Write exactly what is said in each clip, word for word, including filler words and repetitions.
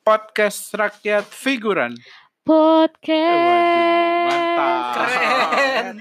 podcast rakyat figuran. Podcast. Waduh, mantap. Keren.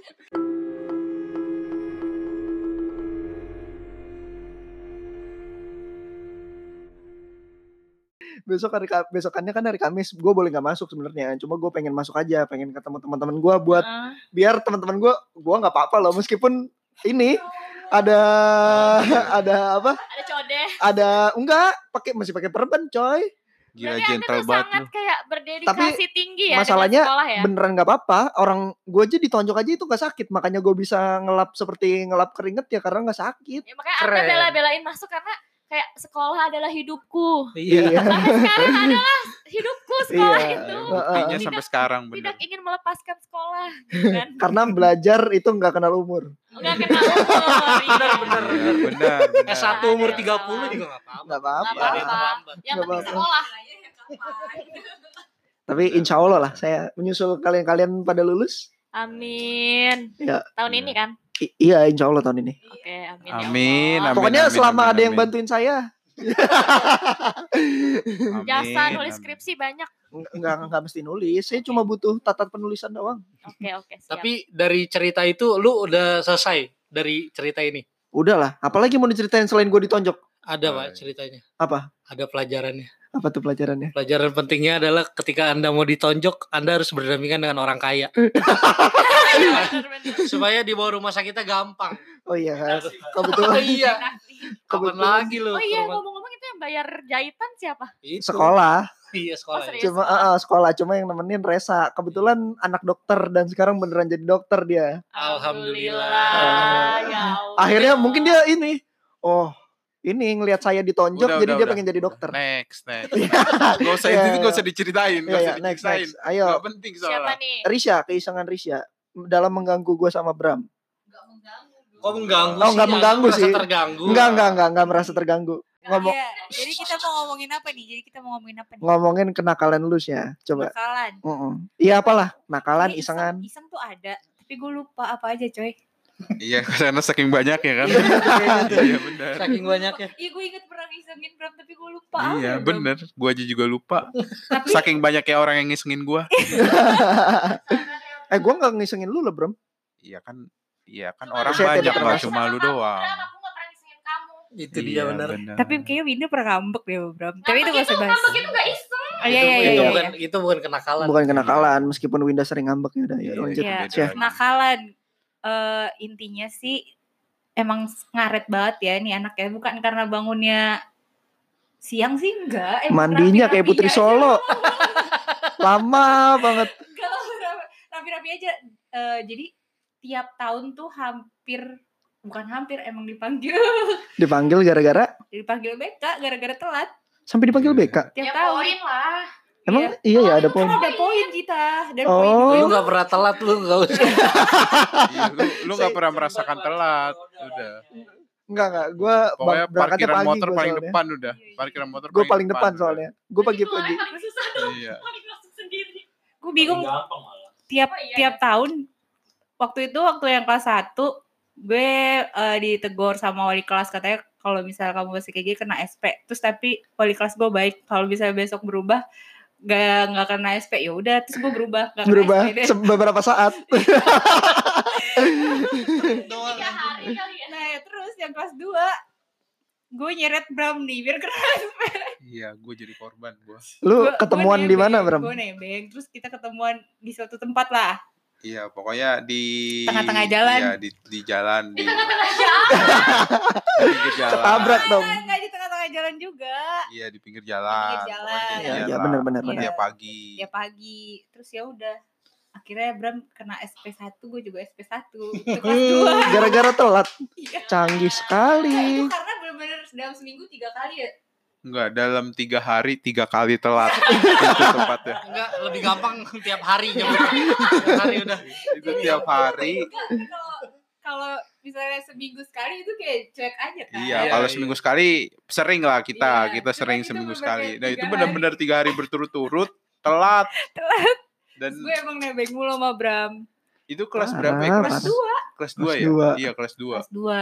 Besok hari besokannya kan hari Kamis, gue boleh nggak masuk sebenarnya, cuma gue pengen masuk aja, pengen ketemu teman-teman gue buat Uh. biar teman-teman gue, gue nggak apa-apa loh meskipun ini ada ada apa? Ada codeh. Ada enggak pakai masih pakai perban coy. Gila Berarti Anda gentle tuh banget sangat lu. kayak berdedikasi tinggi ya Masalahnya dengan sekolah ya. beneran nggak apa-apa, orang gue aja ditonjok aja itu nggak sakit, makanya gue bisa ngelap seperti ngelap keringet ya karena nggak sakit. Ya, makanya Anda Keren. bela-belain masuk karena kayak sekolah adalah hidupku. Iya. Sampai sekarang adalah hidupku sekolah Iya. itu. Buktinya Tidak- sampai sekarang bener. Tidak ingin melepaskan sekolah, gitu kan? Karena belajar itu nggak kenal umur. Enggak kenal umur. Bener, bener, Bener, bener, bener. S satu umur Ada yang tiga puluh salah. juga gak apa-apa. Nggak apa-apa. Nggak Nggak ada yang apa-apa. terlambat. Yang Nggak penting apa-apa. sekolah. Tapi insya Allah lah saya menyusul kalian-kalian pada lulus. Amin. Ya. Tahun ini kan? I- iya insya Allah tahun ini. Oke, amin. ya Amin, Allah. amin. Pokoknya selama amin, ada yang amin. bantuin saya. Amin, Jasa nulis amin. skripsi banyak. Enggak enggak mesti nulis. Saya cuma butuh tata penulisan doang. Oke, oke, siap. Tapi dari cerita itu lu udah selesai dari cerita ini. Udahlah, apalagi mau diceritain selain gue ditonjok? Ada Oh, Pak iya. ceritanya. Apa? Ada pelajarannya. Apa tuh pelajarannya? Pelajaran pentingnya adalah ketika Anda mau ditonjok, Anda harus berdampingan dengan orang kaya. Bener-bener. Supaya dibawa rumah sakitnya gampang. Oh iya kan. Kebetulan Iya. Kapan Kebetulan. lagi lu? Oh iya, ke rumah- ngomong-ngomong itu yang bayar jahitan siapa? Itu. sekolah, Iya sekolah. Oh, ya. serius? cuma sekolah. eh, eh, sekolah cuma yang nemenin Resa. Kebetulan anak dokter dan sekarang beneran jadi dokter dia. Alhamdulillah. Ya Allah. Akhirnya mungkin dia ini, oh ini ngelihat saya ditonjok Udah, jadi udah, dia udah. pengen jadi dokter. Next, next. Gak usah Iya, itu, iya. gak usah diceritain, gak Iya usah ya, next diceritain. next. Ayo, Gak penting Siapa soalnya. nih? Risha, keisengan Risha dalam mengganggu gue sama Bram. Kok mengganggu Oh, sih? nggak mengganggu Merasa sih. terganggu. Enggak enggak enggak enggak merasa terganggu. Ngomong Iya, jadi kita mau ngomongin apa nih? Jadi kita mau ngomongin apa nih? ngomongin kenakalan lu ya, coba. Nakalan. Mm-mm. Iya apalah, nakalan, Ini isengan. Iseng, iseng tuh ada, tapi gue lupa apa aja coy. Iya, karena saking banyak ya kan. Iya, bener. Saking banyaknya. Iya gue inget pernah ngisengin Bram, tapi gue lupa. Iya, apa ya, Bram? bener. Gua aja juga lupa. Tapi Saking banyaknya orang yang ngisengin gua. Eh gue nggak ngisengin lu loh Bram. Iya kan, iya kan Cuma orang saya banyak tidak nggak termasuk. cuma lu doang. Aku gak pernah ngisengin kamu. Itu Iya, dia benar. bener. tapi kayaknya Winda pernah ngambek deh Bram. Tapi itu gak usah bahas. Ngambek itu gak iseng. Oh, iya iya itu, iya. itu iya, bukan iya. itu bukan kenakalan. Bukan kenakalan, meskipun Winda sering ngambek ya udah ya Iya, lanjut. Iya, beda. Chef. nakalan. Eh intinya sih emang ngaret banget ya nih anaknya. Bukan karena bangunnya siang sih enggak. Emang Mandinya rapi-rapi kayak Putri aja. Solo. Lama banget. Kalau rapi-rapi aja. Eh, jadi tiap tahun tuh hampir bukan hampir emang dipanggil Dipanggil gara-gara dipanggil B K gara-gara telat sampai dipanggil B K. tiap Ya tahun. poin lah. Emang iya ya ada Kan poin. ada poin kita dan Oh. poin Lu gue gak pernah telat lu gak usah. Iya, lu lu nggak pernah merasakan telat. Udah. Enggak enggak, gue Pokoknya berangkatnya parkiran pagi motor gua paling soalnya. depan udah. Parkiran motor Gue paling depan udah. soalnya. Gue pagi-pagi. Paling susah dong. Iya. Paling masuk sendiri. gue bingung tiap Oh, iya. tiap tahun waktu itu waktu yang kelas satu gue eh, ditegur sama wali kelas katanya kalau misalnya kamu masih kayak gini kena S P. Terus tapi wali kelas gue baik, kalau misalnya besok berubah gak nggak kena S P ya udah, terus gue berubah gak kena Berubah S P deh. se- beberapa saat. Tiga hari kali ya. Nah terus yang kelas dua gue nyeret Bram nih biar kena S P. Iya, gue jadi korban gue. Lu Gua- ketemuan gua di mana, nebeng, Bram? Gue nebeng, terus kita ketemuan di suatu tempat lah. Iya, pokoknya di Tengah-tengah jalan. Iya, di di jalan di, Di tengah-tengah jalan. di pinggir jalan. Ketabrak dong. Nggak, nggak di tengah-tengah jalan juga. Iya, di pinggir jalan. Di pinggir jalan. Pokoknya Iya, iya, jalan. benar, benar, benar. Iya, pagi. Ya pagi, terus ya udah. Akhirnya Bram kena S P satu, gue juga S P satu. Itu kelas dua. Gara-gara telat. Iya. Canggih Nah, itu sekali. karena bener-bener dalam seminggu tiga kali ya. Enggak, dalam tiga hari tiga kali telat. Itu tempatnya. Enggak, lebih gampang tiap hari jam. Tiap hari udah. Itu tiap hari. Enggak, kalau kalau misalnya seminggu sekali itu kayak cuek aja kan. Iya, Iya, kalau iya. seminggu sekali sering lah kita, Iya, kita cuma sering itu seminggu bener-bener sekali. Nah, tiga itu hari. benar-benar tiga hari berturut-turut telat. Telat. Dan Gue emang nebeng mulu sama Bram. itu kelas Parah, berapa ya? Kelas parah. Dua. kelas dua Kelas ya? dua. Iya, kelas dua. Kelas dua.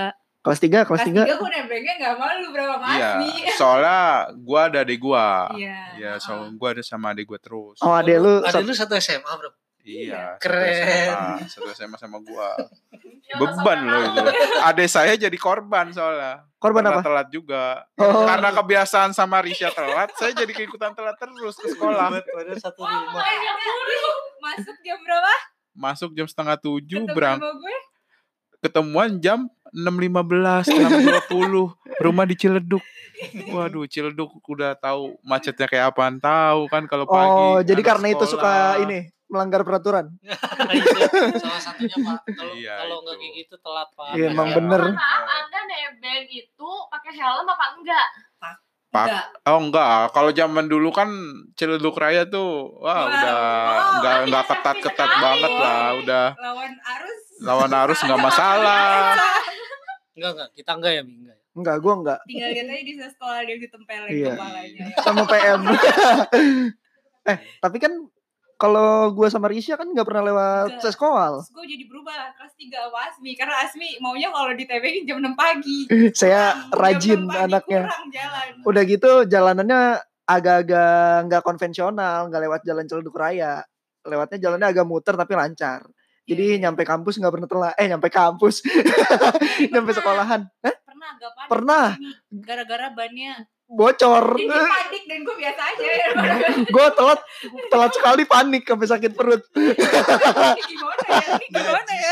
Kelas tiga, kelas Kelas tiga. tiga gue nebengnya gak malu berapa Mas Iya, Asmi. soalnya gua ada adik gua. Iya. Iya, so gua ada sama adik gua terus. Oh, adek lu Ada sat- lu satu S M A, Bro. Iya, Keren. satu S M A, satu S M A sama gua. Yang Beban masuk loh akal. itu. Adik saya jadi korban soalnya. korban Karena apa? telat juga. Oh. Karena kebiasaan sama Risha telat, saya jadi keikutan telat terus ke sekolah. Padahal satu Wah, rumah. main yang dulu. Masuk jam berapa? Masuk jam setengah tujuh, Ketemu berang sama gue. ketemuan jam enam lima belas, enam dua puluh. Rumah di Ciledug. Waduh, Ciledug udah tahu macetnya kayak apaan, tahu kan kalau pagi. Oh, jadi anak karena itu suka sekolah. ini melanggar peraturan. Itu salah satunya, Pak. Kalau Iya, kalau itu. nggak kayak gitu telat, Pak. Iya, emang Iya. bener. Mohon maaf, Anda nebeng itu pakai helm apa enggak? Pak. Enggak. Oh enggak, kalau zaman dulu kan Ciledug Raya tuh wah Wah, udah oh, enggak berarti enggak sepi ketat-ketat sekali. banget lah, udah Lawan arus. lawan arus enggak masalah. Enggak, enggak. Kita enggak ya, Mi? Enggak. ya? Enggak, gua enggak. Tinggal lihat aja di sekolah dia ditempelin Iya. kepalanya. Sama P M. eh, tapi kan kalau gua sama Risha kan enggak pernah lewat Enggak. sekolah. Terus gue jadi berubah kelas tiga sama Asmi. Karena Asmi maunya kalau ditebengin jam enam pagi. Saya Kurang. rajin Jam enam pagi anaknya. Kurang jalan. Udah gitu jalanannya agak-agak nggak konvensional, nggak lewat jalan Ciledug Raya. Lewatnya jalannya agak muter tapi lancar. Jadi Iya. nyampe kampus nggak pernah telat. Eh nyampe kampus, nyampe Pernah. sekolahan. Hah? Pernah agak panik. Pernah. Asmi. Gara-gara bannya. Bocor. Jadi dia panik dan gue biasa aja. Gue telat, telat sekali panik sampai sakit perut. Ini gimana ya? Ini gimana ya?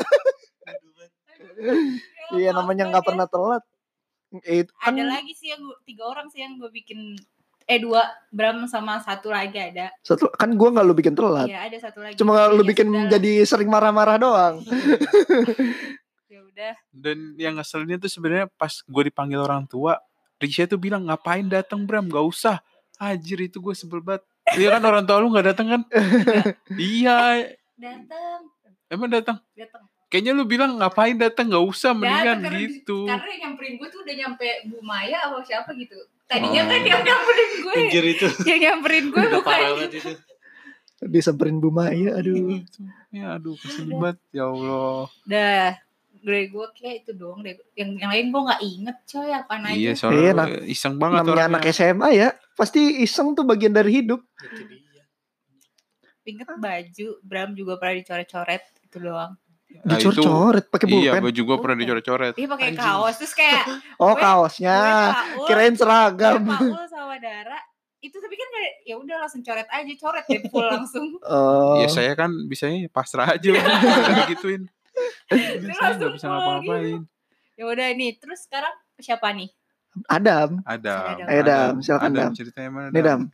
Iya namanya nggak pernah telat. Itu kan Ada lagi sih yang gua- tiga orang sih yang gue bikin eh dua Bram sama satu lagi ada. satu kan gue nggak lu bikin telat. Iya ada satu lagi. Cuma lu Ya bikin sudahlah. jadi sering marah-marah doang. Ya udah. Dan yang ngeselinnya tuh sebenarnya pas gue dipanggil orang tua, Risha tuh bilang ngapain datang Bram, gak usah. Anjir itu gue sebel banget. Iya kan orang tua lu gak datang kan? Iya, Datang, emang datang. datang. Kayaknya lu bilang ngapain datang, gak usah mendingan karena, gitu. Karena yang nyamperin gue tuh udah nyampe Bu Maya atau siapa gitu. Tadinya kan yang nyamperin gue. Anjir itu. Yang nyamperin gue Udah bukan. parah banget itu. Disamperin Bu Maya, aduh. Ya aduh kesel banget ya Allah. Dah. Gue gue kayak itu doang deh. Yang yang lain gue nggak inget coy apaan aja. Iya Iya, soalnya nak. lu iseng banget Namanya orangnya. anak S M A ya, pasti iseng tuh bagian dari hidup. Itu dia. Inget baju Bram juga pernah dicoret-coret itu doang. Nah, itu- Dicor-coret pakai Iya, pulpen. gue juga pernah Pulpen. dicoret-coret. Dia pakai Anjing. kaos terus kayak Oh gue- kaosnya, gue Paul, kirain seragam. gue Paul sama Dara itu tapi kan kayak ya udah langsung coret aja coret deh full langsung. Oh, Ya saya kan bisanya pasrah aja udah nggak digituin. Saya langsung nggak bisa full ngapa-ngapain. Ya udah nih terus sekarang siapa nih? Adam. Ada. Ayo, Dam, silakan, Dam. Ceritanya mana? Nih Dam.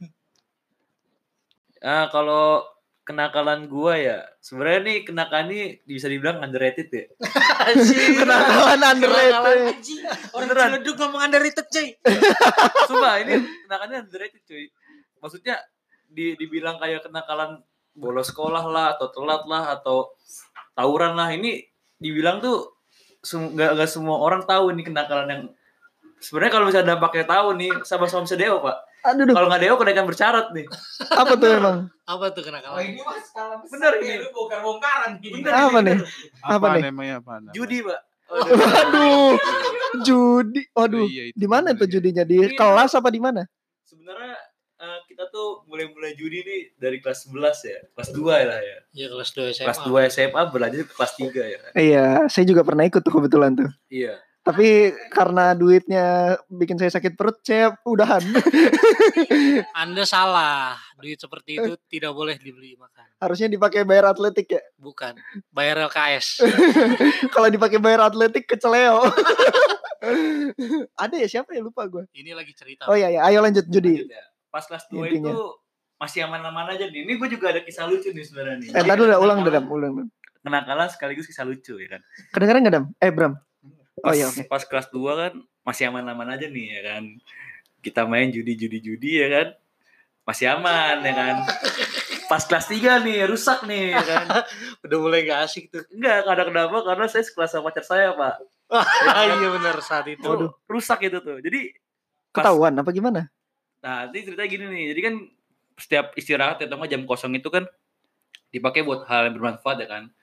Ah, kalau kenakalan gua ya, sebenarnya nih kenakalan ini bisa dibilang underrated ya. Anjing. Kenakalan underrated. Anjing. Orang Beneran. Ciledug ngomong underrated, cuy. Sumpah ini kenakalannya underrated cuy. Maksudnya di, dibilang kayak kenakalan bolos sekolah lah atau telat lah atau tawuran lah, ini dibilang tuh sem- nggak nggak semua orang tahu ini kenakalan yang sebenarnya kalau misalnya dampaknya tahu nih sama-sama bisa deo pak. Aduh, duh, Kalau nggak deo kenaikan bersyarat nih. apa tuh emang? Apa tuh kenakalan? Bener ini. Bener Apa ini, nih? bener. Apa Apa nih? namanya apa? namanya? Judi pak. Waduh, judi. Waduh, Oh, iya, itu di mana bener tuh ya. judinya? Di Iya. kelas apa di mana? Sebenarnya eh, kita tuh mulai-mulai judi nih dari kelas sebelas ya, kelas dua lah ya. Ya kelas dua S M A. Kelas dua S M A berlanjut ke kelas tiga ya kan. Iya, saya juga pernah ikut tuh kebetulan tuh. Iya. Tapi karena duitnya bikin saya sakit perut, saya udahan. Anda salah. Duit seperti itu tidak boleh dibeli makan. Harusnya dipakai bayar atletik ya. Bukan. Bayar L K S. Kalau dipakai bayar atletik keceleo. Ada ya siapa ya lupa gue. Ini lagi cerita. Oh iya ya, ayo lanjut judi. Lanjut ya. Pas kelas dua Intinya. itu masih aman-aman aja nih. Ini gue juga ada kisah lucu nih sebenarnya nih. Eh tadi udah ulang udah Dam, ulang. Dam. Kenakalan sekaligus kisah lucu ya kan. Kedengeran nggak Dam? Eh Bram. Oh Pas, iya oke. pas kelas dua kan masih aman-aman aja nih ya kan. Kita main judi-judi-judi ya kan. Masih aman ya kan. Pas kelas tiga nih rusak nih ya kan. Udah mulai gak asik tuh. Enggak, ada kenapa karena saya sekelas sama pacar saya, Pak. Iya benar saat itu. Itu Waduh. rusak itu tuh. Jadi pas- Ketahuan apa gimana? Nah, ini ceritanya gini nih. Jadi kan setiap istirahat atau jam kosong itu kan dipakai buat hal yang bermanfaat ya kan.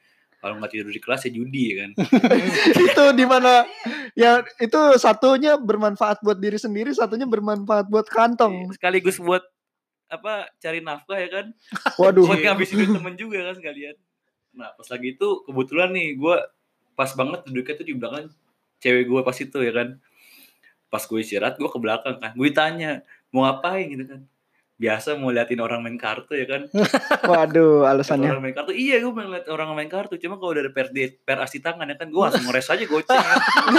Kalau nggak tidur di kelas ya judi ya kan. Itu di mana ya itu satunya bermanfaat buat diri sendiri, satunya bermanfaat buat kantong. Sekaligus buat apa cari nafkah ya kan. Waduh. Buat ngabisin duit temen juga kan sekalian. Nah pas lagi itu kebetulan nih gue pas banget duduknya tuh di belakang cewek gue pas itu ya kan. Pas gue istirahat gue ke belakang kan. Gue tanya mau ngapain gitu kan. Biasa mau liatin orang main kartu ya kan. Waduh, Kata alasannya. orang main kartu, iya gue mau liat orang main kartu. Cuma kalau udah ada per, per asi tangan ya kan, gue langsung ngores aja goceng ya.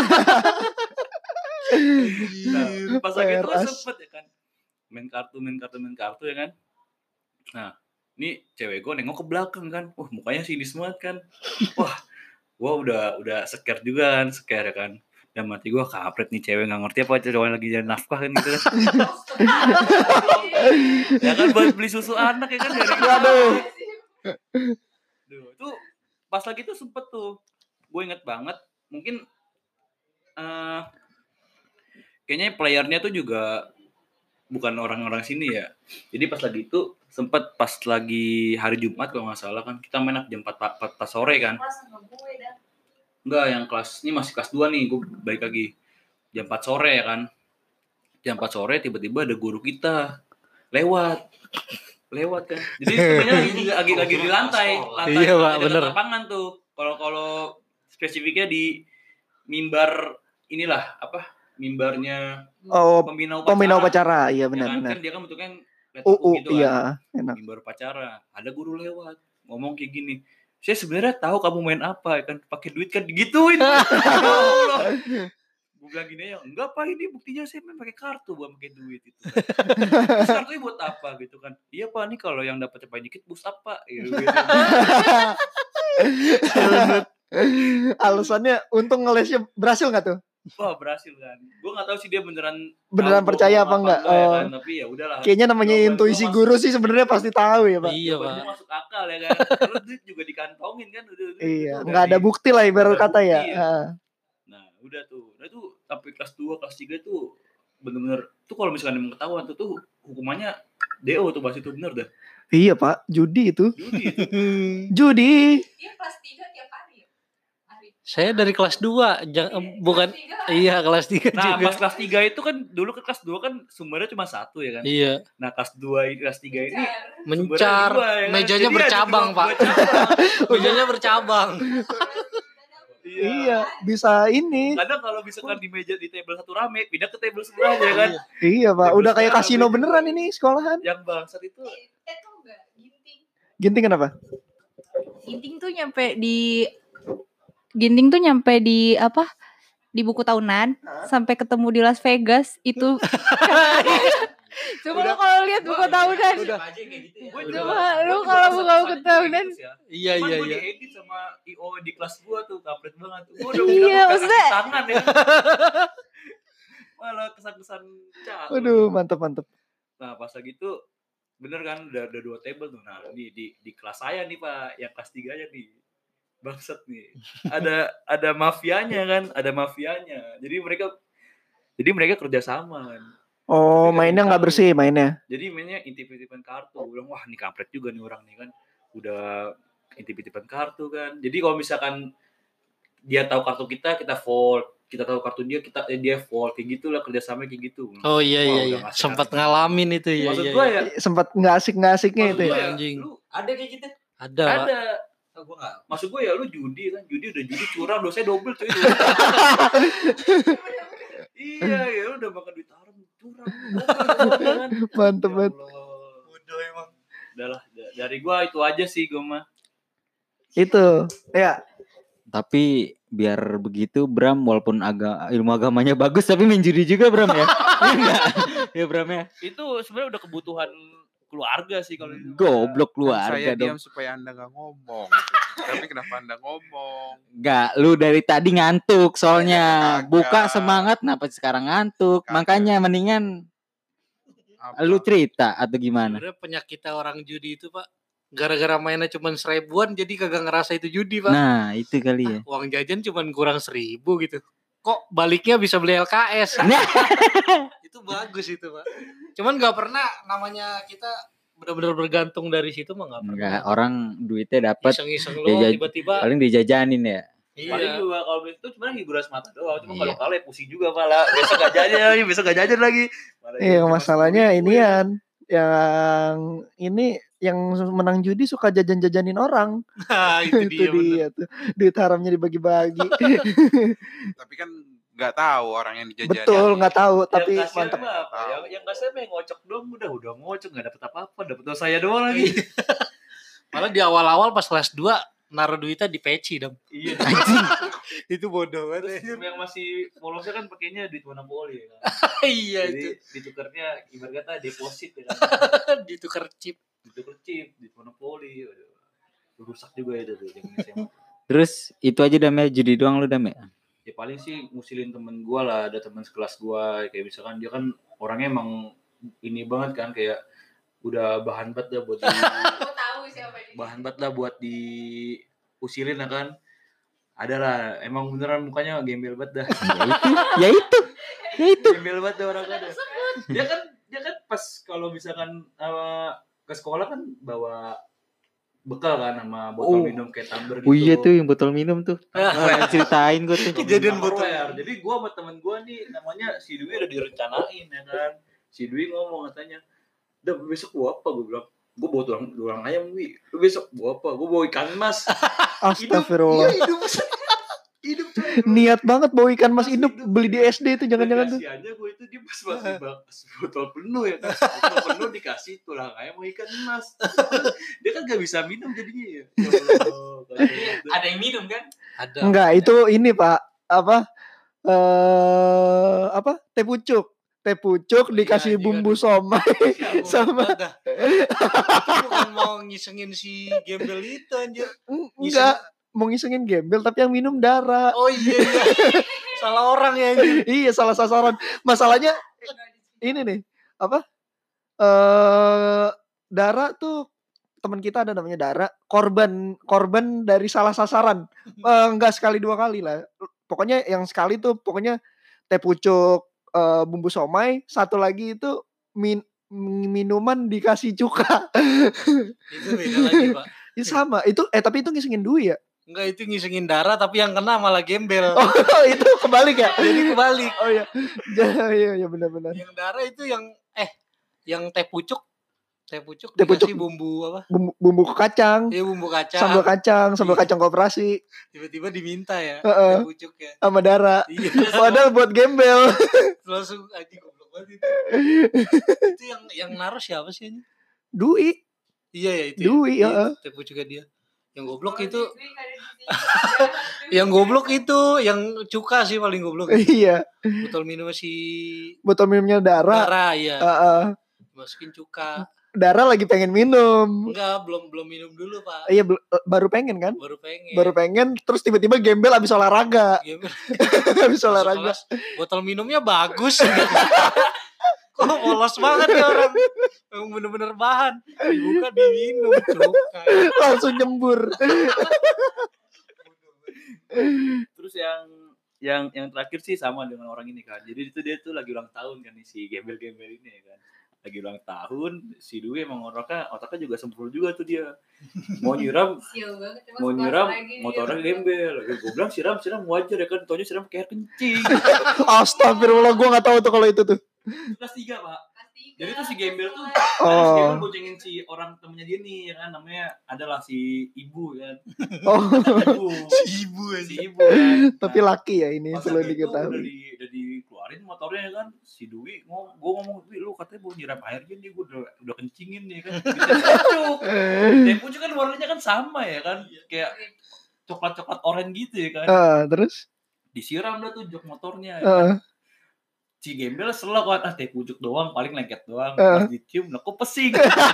Nah, pas lagi itu Per-as. sempet ya kan. Main kartu, main kartu, main kartu ya kan. Nah, ini cewek gue nengok ke belakang kan. Wah mukanya sinis banget kan. Wah, gue udah udah scare juga kan, scare ya kan. Dan mati gue kampret nih cewek gak ngerti apa cewek lagi jadi nafkah kan gitu kan. Ya kan buat beli susu anak ya kan dari Waduh. Duh, itu pas lagi tuh sempet tuh gue inget banget mungkin uh, kayaknya playernya tuh juga bukan orang-orang sini ya. Jadi pas lagi itu sempet pas lagi hari Jumat kalau nggak salah kan kita main jam empat sore kan. Enggak, yang kelas ini masih kelas dua nih, gue balik lagi jam empat sore ya kan. Jam empat sore tiba-tiba ada guru kita lewat. Lewat kan. Jadi sebenarnya lagi lagi lagi di lantai, lantai. Iya, Pak, lantai bener. lapangan tuh. Kalau kalau spesifiknya di mimbar inilah apa? Mimbarnya Oh, pembina upacara. pembina upacara. Iya Ya benar kan, benar. kan dia kan bentuknya Uh, letuku uh, gitu iya, kan. enak. Mimbar upacara. Ada guru lewat ngomong kayak gini. Saya sebenarnya tahu kamu main apa ya kan, pakai duit kan digituin. Ya Allah. Gue bilang gini ya, enggak Pak, ini buktinya saya main pakai kartu bukan pakai duit itu. Kan. Terus kartunya buat apa gitu kan? Iya Pak, ini kalau yang dapat cepat dikit bus apa? Gitu. Alasannya untung ngelesnya berhasil nggak tuh? Wah berhasil kan. Gue nggak tahu sih dia beneran Beneran tahu percaya gua apa ngomong enggak? ya Oh. kan? Tapi ya udahlah. Kayaknya namanya Jawaban intuisi gua guru masuk- sih sebenarnya pasti tahu ya, Pak. Iya, jawaban Pak. gua masuk akal ya kan. Kalau duit juga dikantongin kan udah. udah Iya, udah nggak ada di- bukti lah ibarat nggak ada kata ya. bukti, Ah. Nah udah tuh, nah itu sampai kelas dua, kelas tiga tuh bener-bener tuh kalau misalkan emang ketahuan tuh tuh hukumannya D O tuh bahas itu bener dah. Iya, Pak, judi itu. Judi itu. Judi. Dia kelas tiga tiap hari ya? Hari. Saya dari kelas dua, jang, bukan Kelas tiga. iya kelas tiga Nah juga. pas kelas tiga itu kan dulu ke kelas dua kan sumbernya cuma satu ya kan. Iya, Nah kelas dua, kelas tiga ini mencar, dua, ya kan? mejanya Jadi ada bercabang, dua- Pak. dua cabang. Mejanya bercabang. Iya, bisa ini. Kadang kalau misalkan di meja di table satu rame, pindah ke table sebelahnya kan. Iya, Pak. Table Udah kayak sebelah, kasino table beneran sebelah. ini sekolahan. Yang bangsat itu Eh tau gak? Ginting. Ginting kenapa? Ginting tuh nyampe di Ginting tuh nyampe di apa? Di buku tahunan sampai ketemu di Las Vegas itu. Coba lu kalau lihat buku tahunan. Gue Coba lu kalau buka buku tahunan. Iya, Cuman iya, gue iya. diedit sama I O di kelas gue tuh, kampret banget. Gue udah Iya, bilang maksudnya- kasih tangan ya. Malah kesan-kesan cak. Waduh, mantep mantep. Nah pas lagi itu bener kan udah ada dua table tuh. Nah di di di kelas saya nih Pak, yang kelas tiga nya nih. Bangsat nih. Ada ada mafianya kan, ada mafianya. Jadi mereka jadi mereka kerja sama kan. Oh, Mereka mainnya nggak tahu. bersih mainnya. Jadi mainnya intip-intipan kartu. Gue bilang, wah ini kampret juga nih orang nih kan. Udah intip-intipan kartu kan. Jadi kalau misalkan dia tahu kartu kita, kita fold. Kita tahu kartu dia, kita eh, dia fold. Kayak gitu lah kerjasama kayak gitu. Oh iya Wah, iya udah iya. ngasih Sempat kasih. ngalamin itu ya. Maksud iya, gue iya. ya. Sempat nggak asik nggak asiknya Maksud itu gue ya. ya, Anjing. lu Ada kayak gitu? Ada, Pak. ada. Oh, gue nggak. Maksud gue ya lu judi kan. Judi udah judi curang. Dosanya double cuy. Iya ya lu udah makan duit haram. Curang. Double, kan. Mantep Ya banget. Allah. Bodoh emang. Udah lah. da- Dari gue itu aja sih gue mah. Itu. Ya, Tapi biar begitu Bram walaupun agak ilmu agamanya bagus tapi main judi juga Bram ya. Iya enggak? Ya Bram ya. Itu sebenarnya udah kebutuhan keluarga sih kalau itu. Goblok Kan keluarga saya diam dong. supaya Anda nggak ngomong. Tapi kenapa Anda ngomong? Enggak, lu dari tadi ngantuk soalnya. Kagak. Buka semangat kenapa sekarang ngantuk? Kagak. Makanya mendingan Apa? lu cerita atau gimana? Sebenarnya penyakitnya orang judi itu, Pak. Gara-gara mainnya cuma seribuan jadi kagak ngerasa itu judi, Pak. Nah, itu kali ya. Uang jajan cuma kurang seribu gitu. Kok baliknya bisa beli L K S? Nah. Itu bagus itu, Pak. Cuman nggak pernah namanya kita benar-benar bergantung dari situ mah nggak pernah. Enggak, orang duitnya dapat Iseng-iseng lo Dia- tiba-tiba. paling dijajanin ya. Paling Iya. juga kalau itu cuma hiburan semata doang. Cuma Iya. kalau kalah pusing juga malah. Besok gak jajan lagi, besok gak jajan lagi. Malah Iya, cuma masalahnya sepuluh ribu ya. inian yang ini yang menang judi suka jajan-jajanin orang. Nah, itu Itu dia. bener. dia tuh. Duit haramnya dibagi-bagi. Tapi kan nggak tahu orang yang dijajani. Betul, nggak tahu tapi yang kasihan mantap. mah apa? Yang, yang kasihan mah yang ngocok doang udah udah ngocok nggak dapet apa-apa, dapet dosa saya doang lagi. Malah di awal-awal pas kelas dua naruh duitnya di peci dong. Iya. Itu bodoh banget. Terus yang masih polosnya kan pakainya duit monopoli ya kan. Iya Jadi itu. ditukarnya ibarat kata deposit ya kan. Ditukar chip. Ditukar chip, duit monopoli. Waduh. Rusak juga itu tuh zaman S M A. Terus itu aja Dam ya, judi doang lu Dam ya? Ya paling sih ngusilin temen gue lah, ada teman sekelas gue kayak misalkan dia kan orangnya emang ini banget kan kayak udah bahan banget dah buat di, Aku tahu siapa dia. bahan banget lah buat diusilin lah kan. Ada lah, emang beneran mukanya gembel banget dah. Ya itu. Ya itu. Gembel banget dah orang ada. Dia kan dia kan pas kalau misalkan uh, ke sekolah kan bawa bekal kan sama botol Oh. minum kayak tumbler gitu. Oh iya tuh yang botol minum tuh. Wah, ceritain gue tuh. Kejadian botol. Tupperware. Jadi gua sama temen gua nih namanya si Dwi udah direncanain ya kan. Si Dwi ngomong katanya, "Dah besok gua apa?" Gua bilang, "Gua bawa tulang tulang ayam, Wi. Lu besok bawa apa?" "Gua bawa ikan mas." Astagfirullah. Iya, hidup. Hidup coy. Niat banget bawa ikan mas hidup beli di S D itu jangan-jangan tuh. Dikasih aja gua itu dia pas masih bak- botol penuh ya kan. Botol penuh dikasih tulang ayam sama ikan mas. Dia kan gak bisa minum jadinya ya. Ya Allah, kasihan. Ada yang minum kan? Ada. Enggak, itu ini Pak, apa? Eh apa? Teh pucuk. Teh pucuk dikasih Iya, bumbu juga. somai Ya, sama dah. Itu bukan mau ngisengin si gembel itu anjir. enggak mau ngisengin gembel tapi yang minum Dara. Oh iya iya. Salah orang ya anjir. Iya, salah sasaran. Masalahnya ini nih, apa? Eh Dara tuh teman kita ada namanya Dara, korban korban dari salah sasaran. Eh, enggak sekali dua kali lah. Pokoknya yang sekali tuh pokoknya teh pucuk, eh, bumbu somai, satu lagi itu min minuman dikasih cuka. Itu beda lagi, Pak. Itu sama. Itu eh tapi itu ngisengin Dwi ya. Enggak, itu ngisengin darah tapi yang kena malah gembel. Oh, itu kebalik ya. Jadi kebalik. Oh iya. Ja- Iya, iya benar-benar. Yang darah itu yang eh yang teh pucuk. Teh pucuk Teh pucuk. dikasih bumbu apa? Bumbu, bumbu kacang, Iya bumbu kacang. sambal kacang, sambal kacang koperasi Tiba-tiba diminta ya. Heeh. Teh pucuk ya. sama Dara. Iya. Padahal buat gembel. Langsung anjing goblok banget itu. Itu yang yang naruh siapa sih ini? Dwi, Iya ya itu. Dwi, ya. heeh. Teh pucuknya dia. Yang goblok itu yang goblok itu yang cuka sih paling goblok. Iya. Botol minum si Botol minumnya Dara. Dara ya. Heeh. Masukin cuka. Dara lagi pengen minum. Enggak, belum belum minum dulu, Pak. Iya, bel- baru pengen kan? Baru pengen. Baru pengen, terus tiba-tiba gembel abis olahraga. Gembel. Abis Masuk olahraga. kelas, botol minumnya bagus. Kok polos banget ya orang. Yang bener-bener bahan. Dibuka diminum cuka. Langsung nyembur. Terus yang yang yang terakhir sih sama dengan orang ini kan. Jadi itu dia tuh lagi ulang tahun kan nih, si gembel-gembel ini ya kan. Lagi ulang tahun, si Dwi emang otaknya otaknya juga sempurna juga tuh dia. Mau nyiram, Sial banget. emang mau sekelas nyiram lagi dia. motornya gembel. Gue bilang siram siram wajar ya kan, taunya siram kayak air kencing. Astagfirullah, gua nggak tahu tuh kalau itu tuh. Kelas tiga pak. Kelas tiga, Jadi tuh si gembel tuh kelas Ada si Oh. gembel boncengin si orang temennya dia nih ya kan, namanya adalah si ibu kan. Oh, Ibu. Si ibu Si ibu kan. tapi Nah, laki ya ini pas perlu lagi itu udah, diketahui. di, udah dikeluarin motornya ya kan, si Dwi ngomong, gue ngomong, Dwi lu katanya mau nyiram air gini, gue udah udah kencingin nih kan. Bisa pucuk. Dan pucuk kan warnanya kan sama ya kan, kayak coklat-coklat oranye gitu ya kan. Eh, terus? Disiram dah tuh jok motornya. Ya. Eh, Si gembel selak kan, ah teh pucuk doang, paling lengket doang. Eh. Pas dicium, lah kok pesing.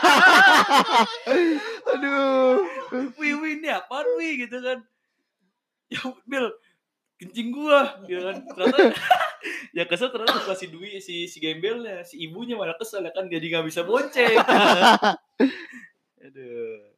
aduh. Wih, wih, ini apaan wih gitu kan. Ya Bil, kencing gua gitu kan. Ternyata ya kesel ternyata bukan si Dwi, si si gembelnya, si ibunya malah kesel ya kan, jadi nggak bisa bonceng. Aduh.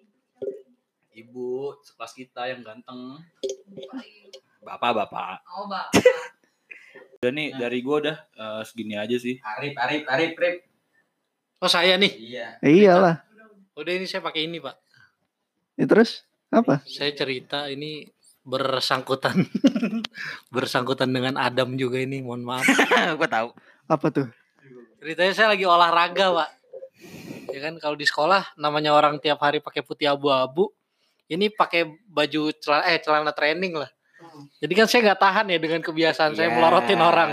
Ibu sekelas kita yang ganteng. Bapak, bapak. Oh, Bang. Udah nih dari gua udah eh, segini aja sih. Arif, Arif, Arif, Arif. Oh saya nih. Iya. Iyalah. Udah ini saya pakai ini Pak. Ya, terus apa? Saya cerita ini bersangkutan bersangkutan dengan Adam juga ini. Mohon maaf. Gue tahu. Apa tuh? Ceritanya saya lagi olahraga Pak. Ya kan kalau di sekolah namanya orang tiap hari pakai putih abu-abu. Ini pakai baju celana eh celana training lah. Jadi kan saya nggak tahan ya dengan kebiasaan saya Ya. melorotin orang.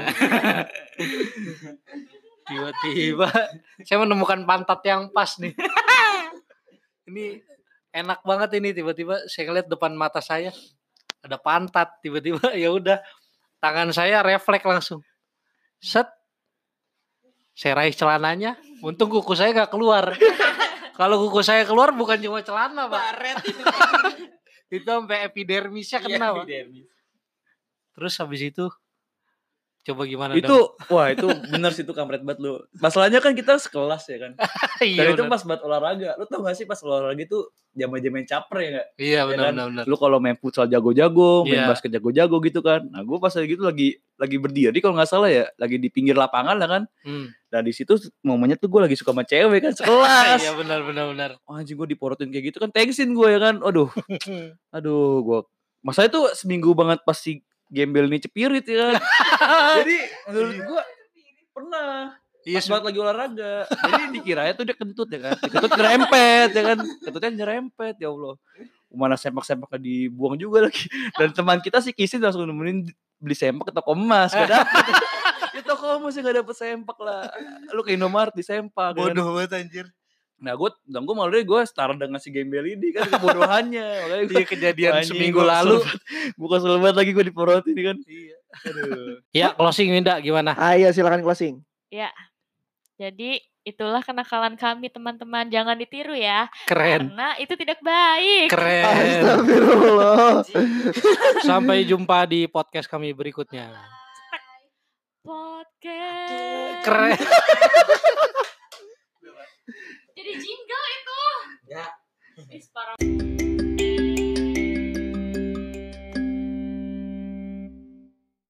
Tiba-tiba saya menemukan pantat yang pas nih. Ini enak banget ini tiba-tiba saya lihat depan mata saya ada pantat tiba-tiba ya udah tangan saya refleks langsung. Set. Saya raih celananya, untung kuku saya nggak keluar. Kalau kuku saya keluar bukan cuma celana, Pak. Baret itu. Itu sampai epidermisnya kena, Pak. Epidermis. Terus habis itu coba gimana Itu dong? wah itu bener sih itu kampret banget lu. Masalahnya kan kita sekelas ya kan. Iya, Dan itu benar. pas buat olahraga. Lu tau gak sih pas olahraga itu zaman-zaman caper ya gak? Iya, benar kan? benar benar. Lu kalau main futsal jago-jago, main Iya. basket jago-jago gitu kan. Nah, gue pas lagi gitu lagi lagi berdiri kalau nggak salah ya, lagi di pinggir lapangan lah kan. Hmm. Nah, di situ momennya tuh gue lagi suka sama cewek kan sekelas. Iya, benar benar benar. Oh, anjing gue diporotin kayak gitu kan thanksin gue ya kan. Aduh. Aduh, gue masalahnya tuh seminggu banget pas si gembel nih cepirit ya kan. Jadi menurut gue pernah Iya, pas banget lagi olahraga. Jadi dikiranya tuh dia kentut ya kan. Kentut nyerempet ya kan. Kentutnya nyerempet ya Allah. Mana sempak-sempaknya dibuang juga lagi. Dan teman kita si Kisin langsung nemenin beli sempak ke toko emas. Gak dapet. Di toko emas gak dapet sempak lah. Lu ke Indomaret di sempak. Ya kan? bodoh banget anjir. Nah gue, dan gue malah gue setara dengan si gembel ini kan kebodohannya. Makanya gue Iya, kejadian anjing, seminggu gua lalu. kesel banget. Gue kesel banget lagi gue diporotin kan. Iya. Aduh. Ya, closing Winda gimana? Ayo silakan closing. Ya. Jadi itulah kenakalan kami teman-teman. Jangan ditiru ya. Keren. Karena itu tidak baik. Keren. Astagfirullah. Sampai jumpa di podcast kami berikutnya. Podcast. Keren. Jadi jingle itu. Ya. Ih, parah.